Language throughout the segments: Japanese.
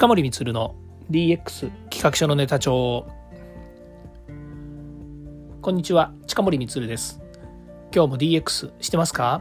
近森光の DX 企画書のネタ帳。こんにちは、近森光です。今日も DX してますか？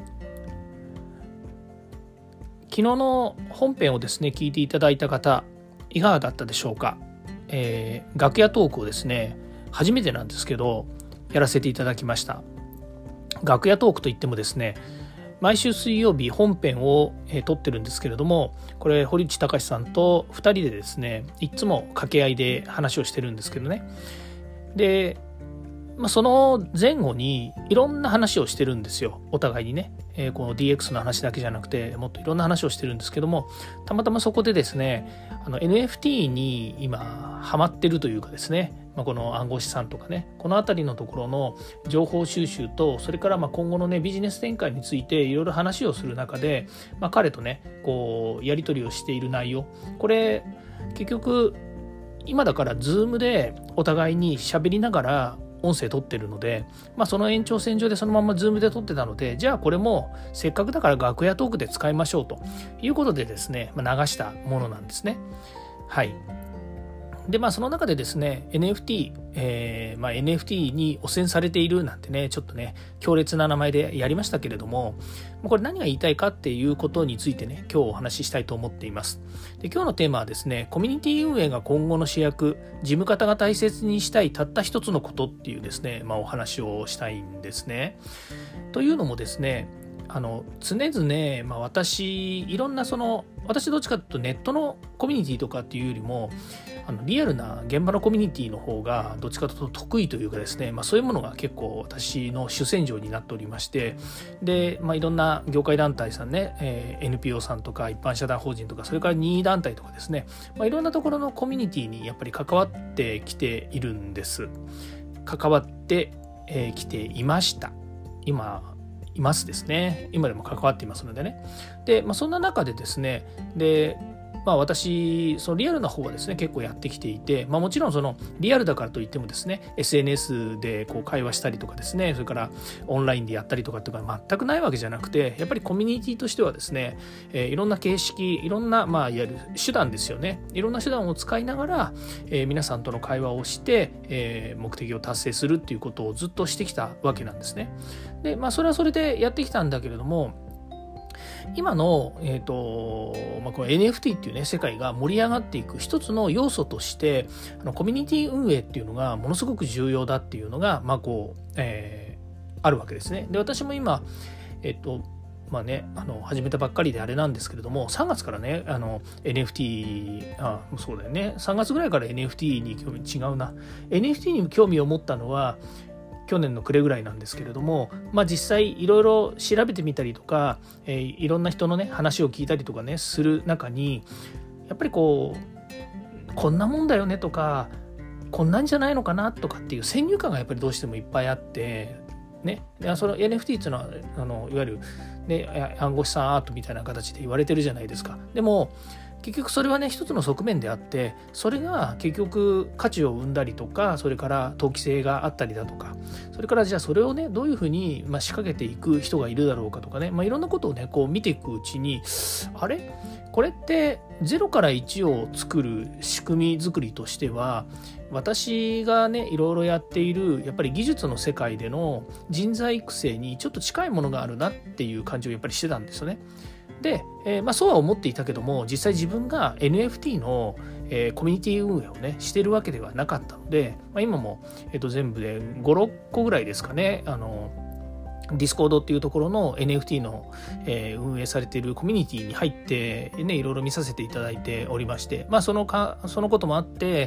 昨日の本編をですね聞いていただいた方いかがだったでしょうか？楽屋トークをですね初めてなんですけどやらせていただきました。楽屋トークといってもですね、毎週水曜日本編を撮ってるんですけれども、これ堀内隆さんと2人でですねいつも掛け合いで話をしてるんですけどね。で、その前後にいろんな話をしてるんですよ、お互いにね。この DX の話だけじゃなくてもっといろんな話をしてるんですけども、たまたまそこでですねNFT に今ハマってるというかですね、この暗号資産とかね、このあたりのところの情報収集と、それから今後のねビジネス展開についていろいろ話をする中で、彼とねこうやり取りをしている内容、これ結局今だからZoomでお互いに喋りながら音声撮ってるので、その延長線上でそのままZoomで撮ってたので、じゃあこれもせっかくだから楽屋トークで使いましょうということでですね、流したものなんですね。はい。でその中でですね NFT、NFT に汚染されているなんてね、ちょっとね強烈な名前でやりましたけれども、これ何が言いたいかっていうことについてね今日お話ししたいと思っています。で、今日のテーマはですね、コミュニティ運営が今後の主役、事務方が大切にしたいたった一つのことっていうですね、お話をしたいんですね。というのもですね、常々、私いろんな私どっちかというとネットのコミュニティとかっていうよりもリアルな現場のコミュニティの方がどっちかというと得意というかですね、そういうものが結構私の主戦場になっておりまして、で、いろんな業界団体さんね、NPO さんとか一般社団法人とか、それから任意団体とかですね、いろんなところのコミュニティにやっぱり関わってきているんです。関わってきていました。いますですね。今でも関わっていますのでね。で、そんな中でですね、で、私そのリアルな方はですね結構やってきていて、もちろんそのリアルだからといってもですね SNS でこう会話したりとかですね、それからオンラインでやったりとかっていうのは全くないわけじゃなくて、やっぱりコミュニティとしてはですね、いろんな形式、いろんな、いわゆる手段ですよね、いろんな手段を使いながら、皆さんとの会話をして、目的を達成するっていうことをずっとしてきたわけなんですね。で、それはそれでやってきたんだけれども、今の、この NFT っていうね世界が盛り上がっていく一つの要素としてコミュニティ運営っていうのがものすごく重要だっていうのがあるわけですね。で、私も今始めたばっかりであれなんですけれども、3月からねNFT そうだよね、3月ぐらいから NFT に興味、違うな NFT に興味を持ったのは去年の暮れぐらいなんですけれども、実際いろいろ調べてみたりとか、いろんな人のね話を聞いたりとかねする中に、やっぱりこんなもんだよねとか、こんなんじゃないのかなとかっていう先入観がやっぱりどうしてもいっぱいあってね。その NFT っていうのはいわゆるね暗号資産アートみたいな形で言われてるじゃないですか。でも結局それはね一つの側面であって、それが結局価値を生んだりとか、それから投機性があったりだとか、それからじゃあそれをねどういうふうに仕掛けていく人がいるだろうかとかね、いろんなことをねこう見ていくうちに、これって0から1を作る仕組み作りとしては、私がねいろいろやっているやっぱり技術の世界での人材育成にちょっと近いものがあるなっていう感じをやっぱりしてたんですよね。で、そうは思っていたけども、実際自分が NFT の、コミュニティ運営をねしてるわけではなかったので、今も、全部で5、6個ぐらいですかね、ディスコードっていうところの NFT の、運営されているコミュニティに入ってねいろいろ見させていただいておりまして、そのこともあって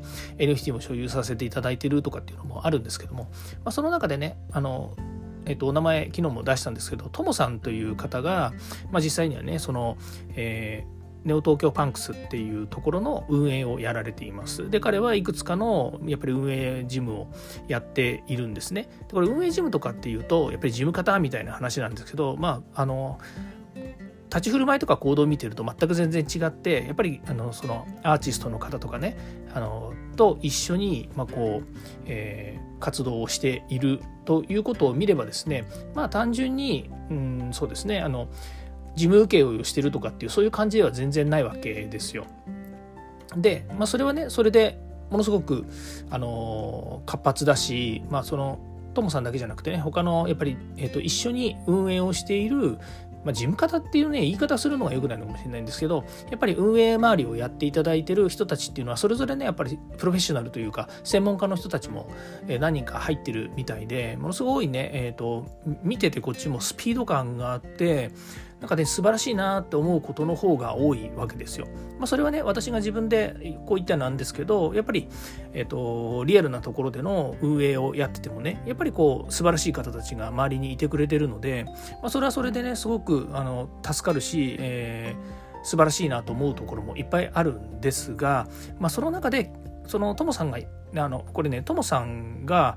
NFT も所有させていただいているとかっていうのもあるんですけども、その中でねお名前昨日も出したんですけど、ともさんという方が、実際にはねネオ東京パンクスっていうところの運営をやられています。で、彼はいくつかのやっぱり運営事務をやっているんですね。で、これ運営事務とかっていうとやっぱり事務方みたいな話なんですけど、立ち振る舞いとか行動を見てると全く全然違って、やっぱりそのアーティストの方とかねと一緒に活動をしているということを見ればですね、単純にそうですね事務請負をしてるとかっていうそういう感じでは全然ないわけですよ。 で、それはねそれでものすごく、活発だし、そのトモさんだけじゃなくてね、他のやっぱり、一緒に運営をしている、事務方っていうね言い方するのが良くないのかもしれないんですけど、やっぱり運営周りをやっていただいてる人たちっていうのはそれぞれねやっぱりプロフェッショナルというか専門家の人たちも何人か入ってるみたいで、ものすごいね、見ててこっちもスピード感があって、なんかね素晴らしいなって思うことの方が多いわけですよ。それはね私が自分でこう言ったらなんですけど、やっぱり、リアルなところでの運営をやっててもね、やっぱりこう素晴らしい方たちが周りにいてくれてるので、それはそれでねすごく助かるし、素晴らしいなと思うところもいっぱいあるんですが、その中でそのトモさんがこれねトモさんが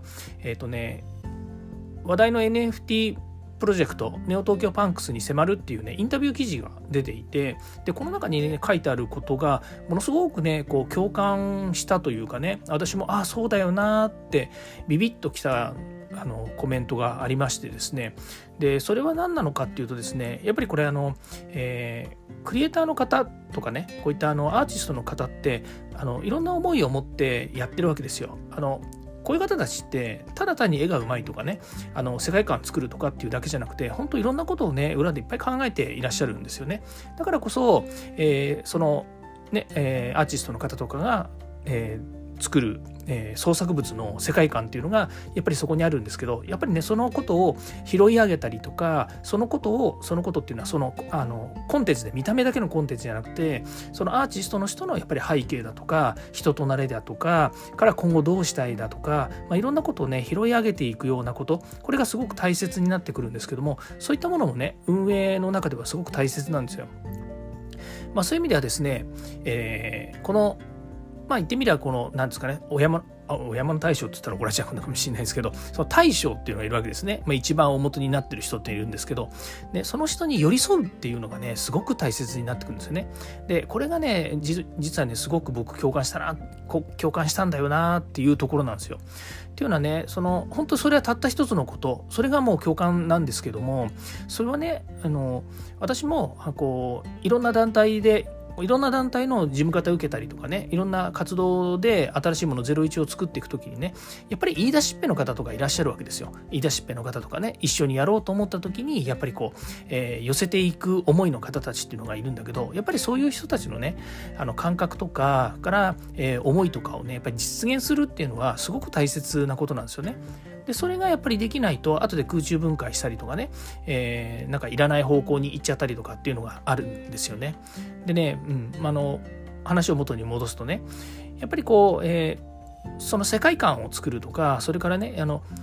話題の NFTプロジェクトネオ東京パンクスに迫るっていうねインタビュー記事が出ていて、でこの中にね書いてあることがものすごくねこう共感したというかね、私もそうだよなってビビッときたコメントがありましてですね、でそれは何なのかっていうとですね、やっぱりこれクリエイターの方とかねこういったアーティストの方っていろんな思いを持ってやってるわけですよ。こういう方たちってただ単に絵がうまいとかね世界観作るとかっていうだけじゃなくて、本当いろんなことをね裏でいっぱい考えていらっしゃるんですよね。だからこそ、そのね、アーティストの方とかが、作る、創作物の世界観っていうのがやっぱりそこにあるんですけど、やっぱりねそのことを拾い上げたりとか、そのことっていうのはコンテンツで見た目だけのコンテンツじゃなくて、そのアーティストの人のやっぱり背景だとか人となれだとかから今後どうしたいだとか、いろんなことをね拾い上げていくようなこと、これがすごく大切になってくるんですけども、そういったものもね運営の中ではすごく大切なんですよ。そういう意味ではですね、この言ってみればこのなんですかねお山の大将って言ったら怒られちゃうのかもしれないですけど、その大将っていうのがいるわけですね。一番大元になってる人っているんですけど、でその人に寄り添うっていうのがねすごく大切になってくるんですよね。でこれがね実はねすごく僕共感したんだよなっていうところなんですよ。っていうのはね本当それはたった一つのこと、それがもう共感なんですけども、それはね私もいろんな団体の事務方を受けたりとかね、いろんな活動で新しいもの01を作っていくときにね、やっぱり言い出しっぺの方とかいらっしゃるわけですよ。言い出しっぺの方とかね、一緒にやろうと思ったときにやっぱり寄せていく思いの方たちっていうのがいるんだけど、やっぱりそういう人たちのね感覚とかから、思いとかをねやっぱり実現するっていうのはすごく大切なことなんですよね。でそれがやっぱりできないと後で空中分解したりとかね、なんかいらない方向に行っちゃったりとかっていうのがあるんですよね。でね、話を元に戻すとね、やっぱりその世界観を作るとか、それからね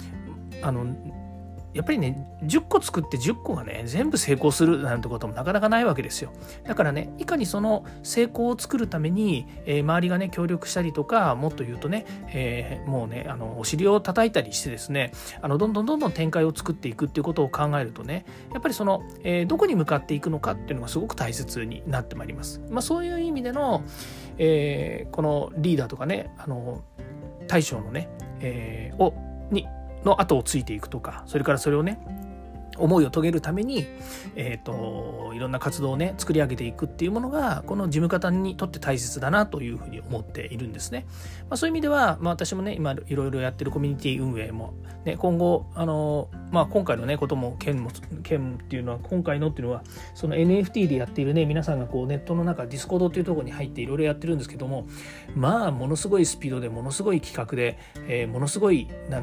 やっぱりね10個作って10個がね全部成功するなんてこともなかなかないわけですよ。だからねいかにその成功を作るために、周りがね協力したりとか、もっと言うとね、もうねお尻を叩いたりしてですねどんどん展開を作っていくっていうことを考えるとね、やっぱりどこに向かっていくのかっていうのがすごく大切になってまいります。そういう意味での、このリーダーとかね大将のね、の後をついていくとか、それからそれをね思いを遂げるために、いろんな活動をね作り上げていくっていうものがこの事務方にとって大切だなというふうに思っているんですね。そういう意味では、私もね今いろいろやってるコミュニティ運営も、ね、今後今回のねことも件っていうのは今回のっていうのはその NFT でやっているね皆さんがネットの中ディスコードっていうところに入っていろいろやってるんですけども、ものすごいスピードでものすごい企画で、ものすごい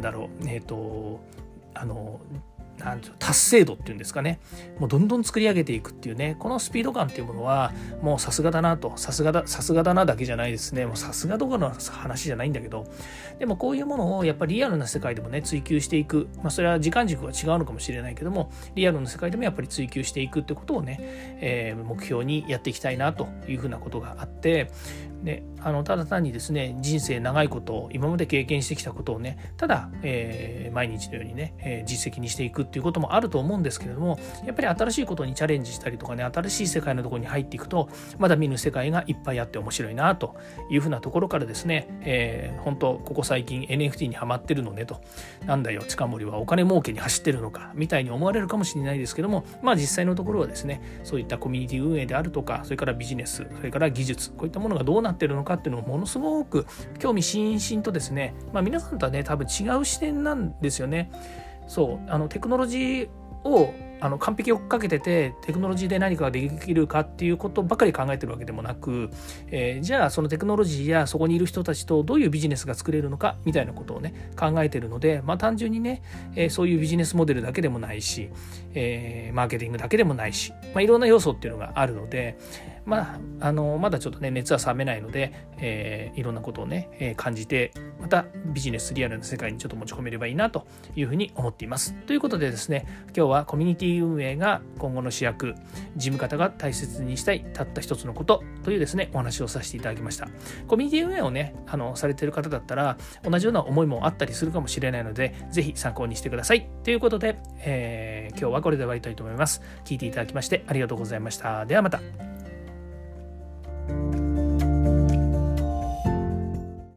達成度っていうんですかね、もうどんどん作り上げていくっていうね、このスピード感っていうものはもうさすがだなと、さすがだなだけじゃないですね、もうさすがどころの話じゃないんだけど、でもこういうものをやっぱりリアルな世界でもね追求していく、それは時間軸は違うのかもしれないけども、リアルな世界でもやっぱり追求していくってことをね、目標にやっていきたいなというふうなことがあって、でただ単にですね人生長いことを今まで経験してきたことをねただ、毎日のようにね、実績にしていくっていうこともあると思うんですけれども、やっぱり新しいことにチャレンジしたりとかね、新しい世界のところに入っていくとまだ見ぬ世界がいっぱいあって面白いなというふうなところからですね、本当ここ最近 NFT にハマってるのねと、なんだよ近森はお金儲けに走ってるのかみたいに思われるかもしれないですけども、実際のところはですねそういったコミュニティ運営であるとか、それからビジネス、それから技術、こういったものがどうなってるのかかっていうのをものすごく興味津々とですね、皆さんとはね多分違う視点なんですよね。そうテクノロジーを完璧を追っかけててテクノロジーで何かができるかっていうことばかり考えてるわけでもなく、じゃあそのテクノロジーやそこにいる人たちとどういうビジネスが作れるのかみたいなことをね考えてるので、単純にね、そういうビジネスモデルだけでもないし、マーケティングだけでもないし、いろんな要素っていうのがあるので、まだちょっとね熱は冷めないので、いろんなことをね、感じてまたビジネスリアルな世界にちょっと持ち込めればいいなというふうに思っています。ということでですね、今日はコミュニティ運営が今後の主役、事務方が大切にしたいたった一つのことというですねお話をさせていただきました。コミュニティ運営をねされている方だったら同じような思いもあったりするかもしれないので、ぜひ参考にしてくださいということで、今日はこれで終わりたいと思います。聞いていただきましてありがとうございました。ではまた。